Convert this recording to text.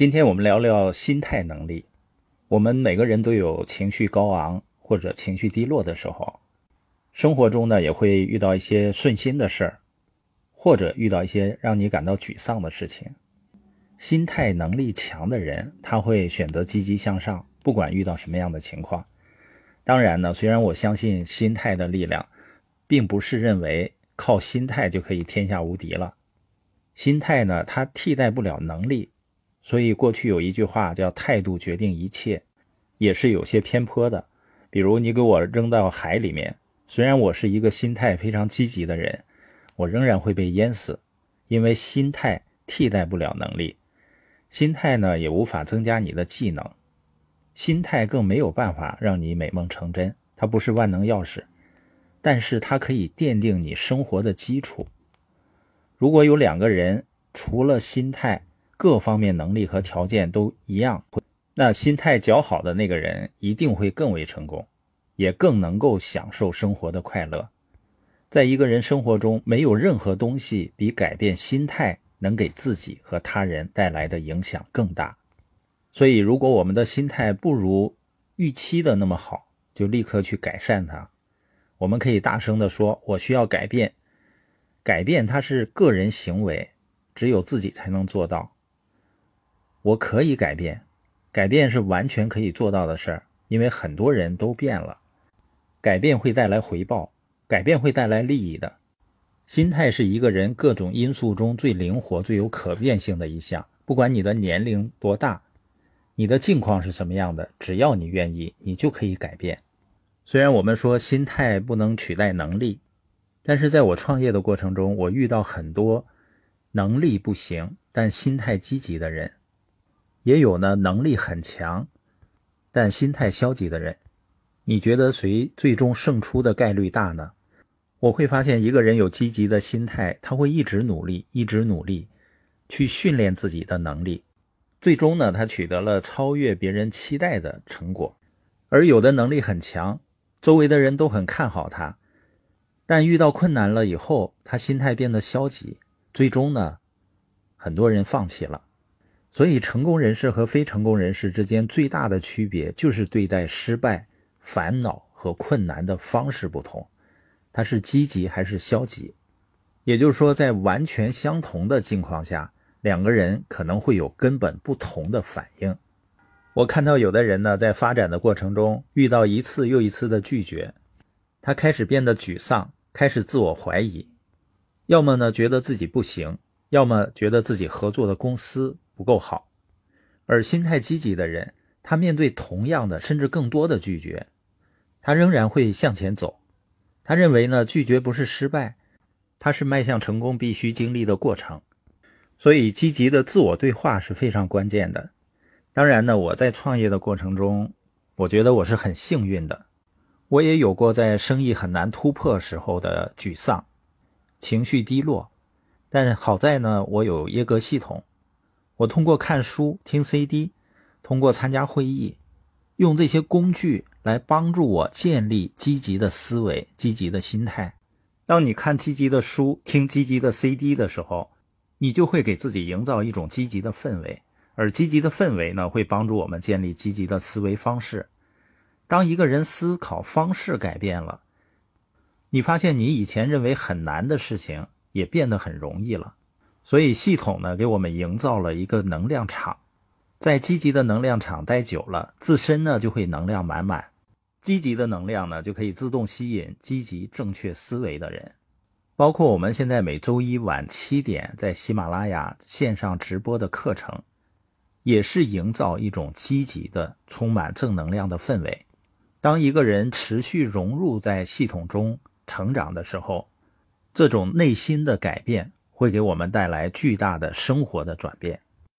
今天我们聊聊心态能力。我们每个人都有情绪高昂或者情绪低落的时候，生活中呢也会遇到一些顺心的事儿，或者遇到一些让你感到沮丧的事情。心态能力强的人，他会选择积极向上，不管遇到什么样的情况。当然呢，虽然我相信心态的力量，并不是认为靠心态就可以天下无敌了。心态呢，它替代不了能力，所以过去有一句话叫态度决定一切，也是有些偏颇的。比如你给我扔到海里面，虽然我是一个心态非常积极的人，我仍然会被淹死，因为心态替代不了能力。心态呢，也无法增加你的技能，心态更没有办法让你美梦成真，它不是万能钥匙，但是它可以奠定你生活的基础。如果有两个人，除了心态，各方面能力和条件都一样，那心态较好的那个人一定会更为成功，也更能够享受生活的快乐。在一个人生活中，没有任何东西比改变心态能给自己和他人带来的影响更大。所以如果我们的心态不如预期的那么好，就立刻去改善它。我们可以大声地说，我需要改变。改变它是个人行为，只有自己才能做到。我可以改变，改变是完全可以做到的事儿，因为很多人都变了。改变会带来回报，改变会带来利益的。心态是一个人各种因素中最灵活、最有可变性的一项。不管你的年龄多大，你的境况是什么样的，只要你愿意，你就可以改变。虽然我们说心态不能取代能力，但是在我创业的过程中，我遇到很多能力不行但心态积极的人，也有呢能力很强但心态消极的人。你觉得谁最终胜出的概率大呢？我会发现一个人有积极的心态，他会一直努力去训练自己的能力，最终呢他取得了超越别人期待的成果。而有的能力很强，周围的人都很看好他，但遇到困难了以后，他心态变得消极，最终呢很多人放弃了。所以成功人士和非成功人士之间最大的区别就是对待失败、烦恼和困难的方式不同，它是积极还是消极。也就是说，在完全相同的境况下，两个人可能会有根本不同的反应。我看到有的人呢，在发展的过程中遇到一次又一次的拒绝，他开始变得沮丧，开始自我怀疑，要么呢觉得自己不行，要么觉得自己合作的公司不够好。而心态积极的人，他面对同样的甚至更多的拒绝，他仍然会向前走。他认为呢，拒绝不是失败，它是迈向成功必须经历的过程。所以积极的自我对话是非常关键的。当然呢，我在创业的过程中，我觉得我是很幸运的。我也有过在生意很难突破时候的沮丧、情绪低落，但好在呢，我有耶格系统。我通过看书、听 CD， 通过参加会议，用这些工具来帮助我建立积极的思维、积极的心态。当你看积极的书、听积极的 CD 的时候，你就会给自己营造一种积极的氛围。而积极的氛围呢，会帮助我们建立积极的思维方式。当一个人思考方式改变了，你发现你以前认为很难的事情也变得很容易了。所以系统呢，给我们营造了一个能量场，在积极的能量场待久了，自身呢就会能量满满。积极的能量呢，就可以自动吸引积极正确思维的人。包括我们现在每周一晚7点在喜马拉雅线上直播的课程，也是营造一种积极的、充满正能量的氛围。当一个人持续融入在系统中成长的时候，这种内心的改变会给我们带来巨大的生活的转变。